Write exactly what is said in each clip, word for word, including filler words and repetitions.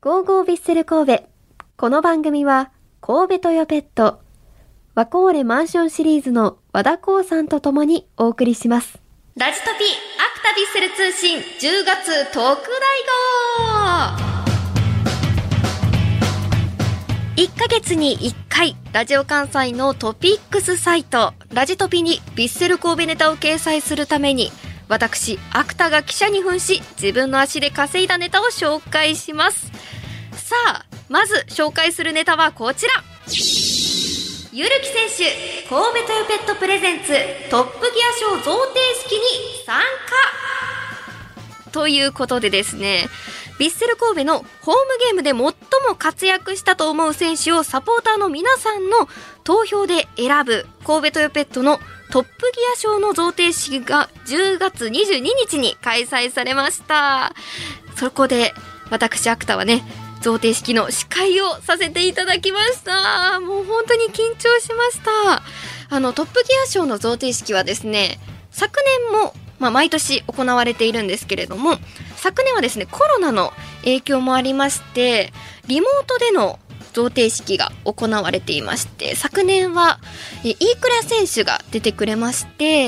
ゴーゴービッセル神戸。この番組は神戸トヨペット、ワコーレマンションシリーズの和田光さんと共にお送りします。 ラジトピアクタビッセル通信じゅうがつ特大号。いっかげつにいっかいラジオ関西のトピックスサイトラジトピにビッセル神戸ネタを掲載するために、私アクタが記者に扮し自分の足で稼いだネタを紹介します。さあ、まず紹介するネタはこちら。ゆるき選手、神戸トヨペットプレゼンツトップギア賞贈呈式に参加ということでですね、ビッセル神戸のホームゲームで最も活躍したと思う選手をサポーターの皆さんの投票で選ぶ神戸トヨペットのトップギア賞の贈呈式がじゅうがつにじゅうににちに開催されました。そこで私アクタはね、贈呈式の司会をさせていただきました。もう本当に緊張しました。あのトップギア賞の贈呈式はですね、昨年も、まあ、毎年行われているんですけれども、昨年はですねコロナの影響もありましてリモートでの贈呈式が行われていまして、昨年はえ飯倉選手が出てくれまして、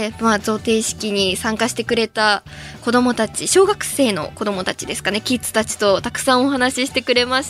まあ、贈呈式に参加してくれた子どもたち、小学生の子どもたちですかね、キッズたちとたくさんお話ししてくれました。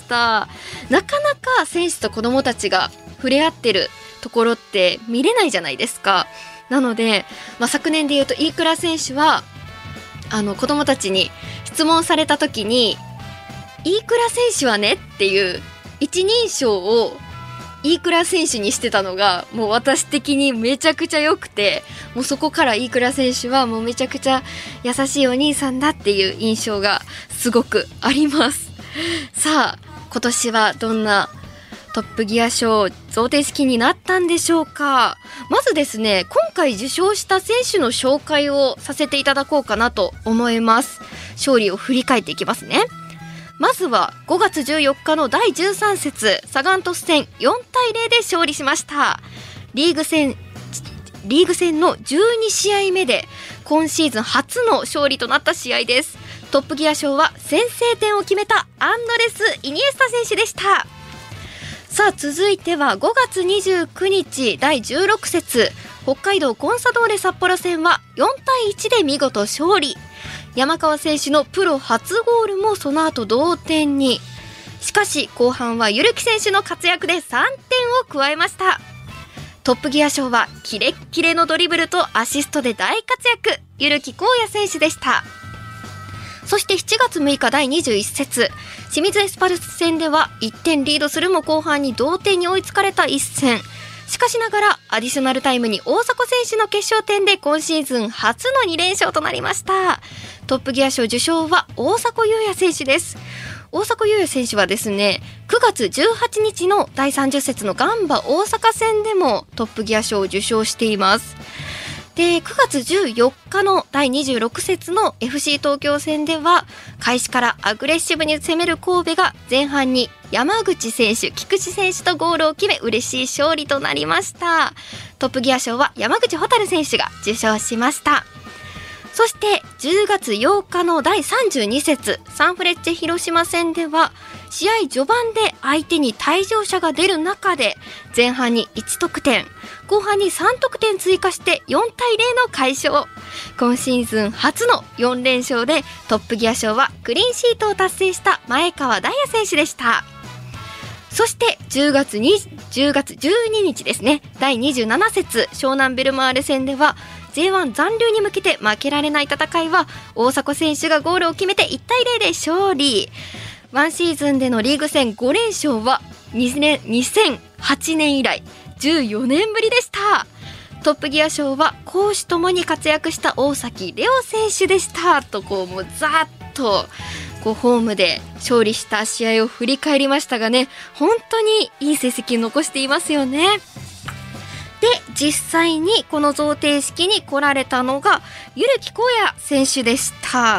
なかなか選手と子どもたちが触れ合ってるところって見れないじゃないですか。なので、まあ、昨年でいうと飯倉選手はあの子どもたちに質問された時に、飯倉選手はねっていう一人称を飯倉選手にしてたのが、もう私的にめちゃくちゃ良くて、もうそこから飯倉選手はもうめちゃくちゃ優しいお兄さんだっていう印象がすごくあります。さあ、今年はどんなトップギア賞贈呈式になったんでしょうか。まずですね、今回受賞した選手の紹介をさせていただこうかなと思います。勝利を振り返っていきますね。まずはごがつじゅうよっかのだいじゅうさん節サガン鳥栖戦よんたいゼロで勝利しました。リーグ戦リーグ戦のじゅうにしあいめで今シーズン初の勝利となった試合です。トップギア賞は先制点を決めたアンドレス・イニエスタ選手でした。さあ、続いてはごがつにじゅうくにちだいじゅうろく節北海道コンサドーレ札幌戦はよんたいいちで見事勝利。山川選手のプロ初ゴールもその後同点に。しかし後半はゆるき選手の活躍でさんてんを加えました。トップギア賞はキレッキレのドリブルとアシストで大活躍、ゆるきこうや選手でした。そしてしちがつむいかだいにじゅういち節清水エスパルス戦ではいってんリードするも後半に同点に追いつかれた一戦。しかしながらアディショナルタイムに大迫選手の決勝点で今シーズン初のにれんしょうとなりました。トップギア賞受賞は大迫勇也選手です。大迫勇也選手はですね、くがつじゅうはちにちのだいさんじゅっ節のガンバ大阪戦でもトップギア賞を受賞しています。で、くがつじゅうよっかのだいにじゅうろく節の エフシー 東京戦では開始からアグレッシブに攻める神戸が前半に山口選手、菊池選手とゴールを決め嬉しい勝利となりました。トップギア賞は山口蛍選手が受賞しました。そしてじゅうがつようかのだいさんじゅうに節サンフレッチェ広島戦では試合序盤で相手に退場者が出る中で前半にいちとくてん、後半にさんとくてん追加してよんたいゼロの快勝。今シーズン初のよんれんしょうでトップギア賞はクリーンシートを達成した前川大也選手でした。そしてじゅうがつじゅうににちですね、だいにじゅうなな節湘南ベルマーレ戦では ジェイワン 残留に向けて負けられない戦いは大迫選手がゴールを決めていちたいゼロで勝利。ワンシーズンでのリーグ戦ごれんしょうはにせんはちねん以来じゅうよねんぶりでした。トップギア賞は攻守ともに活躍した大崎レオ選手でしたと、こうもうざーっとこうホームで勝利した試合を振り返りましたがね、本当にいい成績を残していますよね。で、実際にこの贈呈式に来られたのがゆるきこうや選手でした。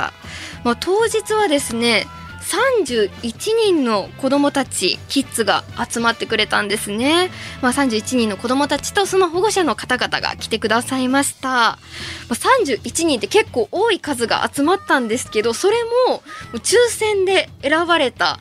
まあ、当日はですねさんじゅういちにんの子どもたち、キッズが集まってくれたんですね。まあ、さんじゅういちにんの子どもたちとその保護者の方々が来てくださいました。まあ、さんじゅういちにんって結構多い数が集まったんですけど、それも抽選で選ばれた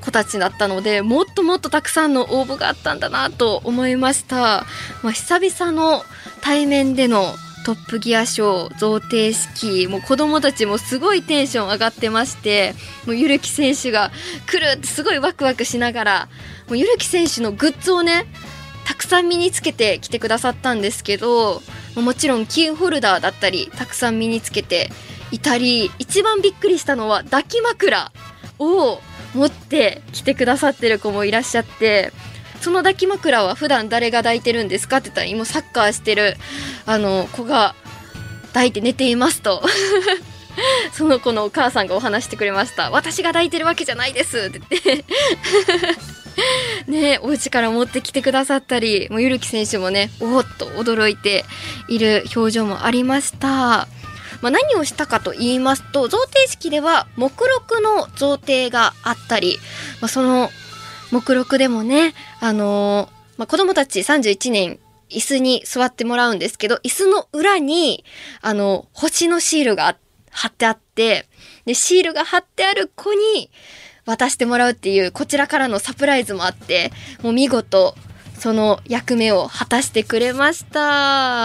子たちだったので、もっともっとたくさんの応募があったんだなと思いました。まあ、久々の対面でのトップギア賞贈呈式、もう子供たちもすごいテンション上がってまして、もうゆるき選手が来るってすごいワクワクしながら、もうゆるき選手のグッズをねたくさん身につけてきてくださったんですけど、もちろんキーホルダーだったりたくさん身につけていたり、一番びっくりしたのは抱き枕を持ってきてくださってる子もいらっしゃって、その抱き枕は普段誰が抱いてるんですかって言ったら、今サッカーしてるあの子が抱いて寝ていますとその子のお母さんがお話してくれました。私が抱いてるわけじゃないですって言ってね、お家から持ってきてくださったり、もうゆるき選手もねおーっと驚いている表情もありました。まあ、何をしたかと言いますと、贈呈式では目録の贈呈があったり、まあ、その目録でもね、あのーまあ、子供たちさんじゅういちねん椅子に座ってもらうんですけど、椅子の裏にあの星のシールが貼ってあって、でシールが貼ってある子に渡してもらうっていうこちらからのサプライズもあって、もう見事その役目を果たしてくれました。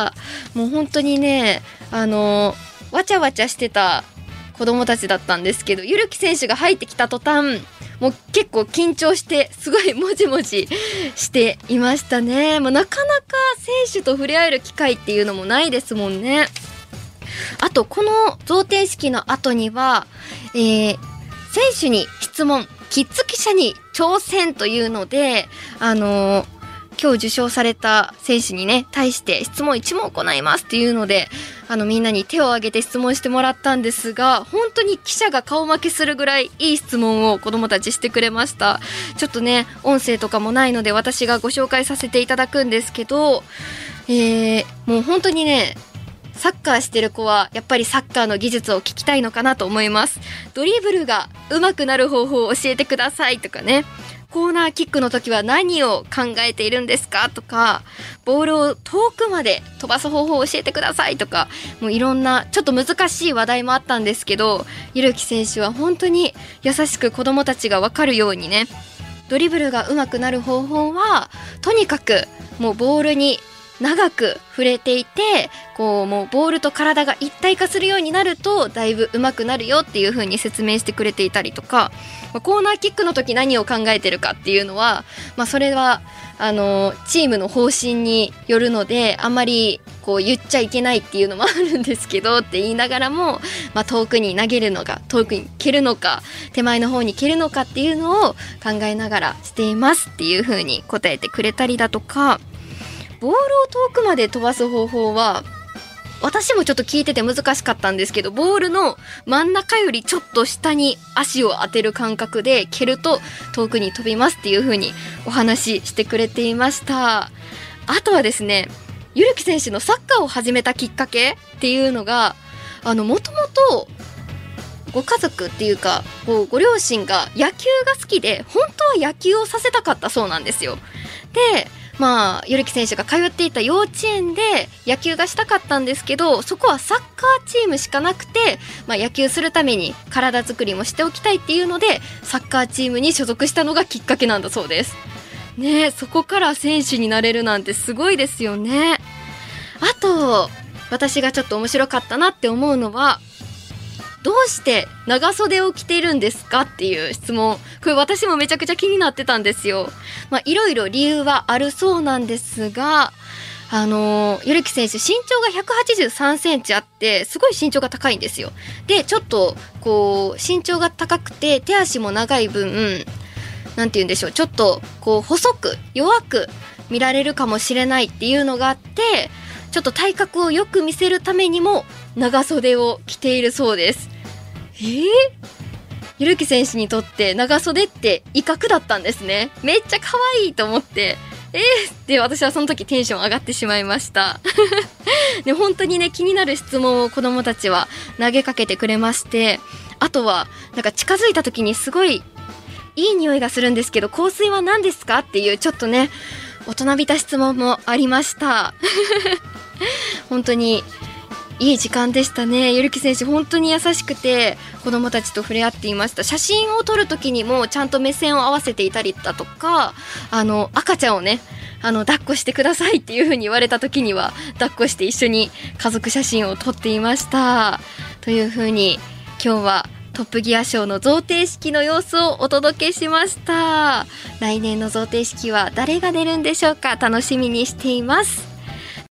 もう本当にね、あのわちゃわちゃしてた子供たちだったんですけど、ゆるき選手が入ってきた途端もう結構緊張してすごいもじもじしていましたね。もうなかなか選手と触れ合える機会っていうのもないですもんね。あとこの贈呈式の後には、えー、選手に質問、キッズ記者に挑戦というので、あのー、今日受賞された選手にね対して質問いち問行いますっていうので、あのみんなに手を挙げて質問してもらったんですが、本当に記者が顔負けするぐらいいい質問を子どもたちしてくれました。ちょっとね音声とかもないので私がご紹介させていただくんですけど、えー、もう本当にねサッカーしてる子はやっぱりサッカーの技術を聞きたいのかなと思います。ドリブルが上手くなる方法を教えてくださいとかね、コーナーキックの時は何を考えているんですかとか、ボールを遠くまで飛ばす方法を教えてくださいとか、もういろんなちょっと難しい話題もあったんですけど、ゆるき選手は本当に優しく子どもたちが分かるようにね、ドリブルが上手くなる方法はとにかくもうボールに長く触れていて、こうもうボールと体が一体化するようになるとだいぶ上手くなるよっていう風に説明してくれていたりとか、コーナーキックの時何を考えてるかっていうのは、まあ、それはあのチームの方針によるのであんまりこう言っちゃいけないっていうのもあるんですけどって言いながらも、まあ、遠くに投げるのか遠くに蹴るのか手前の方に蹴るのかっていうのを考えながらしていますっていう風に答えてくれたりだとか、ボールを遠くまで飛ばす方法は私もちょっと聞いてて難しかったんですけど、ボールの真ん中よりちょっと下に足を当てる感覚で蹴ると遠くに飛びますっていう風にお話ししてくれていました。あとはですね、ゆるき選手のサッカーを始めたきっかけっていうのが、あのもともとご家族っていうかこうご両親が野球が好きで本当は野球をさせたかったそうなんですよ。でまあ、ゆるき選手が通っていた幼稚園で野球がしたかったんですけど、そこはサッカーチームしかなくて、まあ、野球するために体作りもしておきたいっていうのでサッカーチームに所属したのがきっかけなんだそうですね。そこから選手になれるなんてすごいですよね。あと私がちょっと面白かったなって思うのは、どうして長袖を着ているんですかっていう質問、これ私もめちゃくちゃ気になってたんですよ。まあいろいろ理由はあるそうなんですが、あのゆるき選手身長がひゃくはちじゅうさんセンチあってすごい身長が高いんですよ。でちょっとこう身長が高くて手足も長い分、なんて言うんでしょう、ちょっとこう細く弱く見られるかもしれないっていうのがあって、ちょっと体格をよく見せるためにも長袖を着ているそうです。えー、ゆるき選手にとって長袖って威嚇だったんですね。めっちゃ可愛いと思って、えーって私はその時テンション上がってしまいましたで本当にね気になる質問を子どもたちは投げかけてくれまして、あとはなんか近づいた時にすごいいい匂いがするんですけど香水は何ですかっていうちょっとね大人びた質問もありました本当にいい時間でしたね。ゆるき選手本当に優しくて子どもたちと触れ合っていました。写真を撮る時にもちゃんと目線を合わせていたりだとか、あの赤ちゃんをねあの抱っこしてくださいっていう風に言われた時には抱っこして一緒に家族写真を撮っていましたという風に、今日はトップギア賞の贈呈式の様子をお届けしました。来年の贈呈式は誰が出るんでしょうか。楽しみにしています。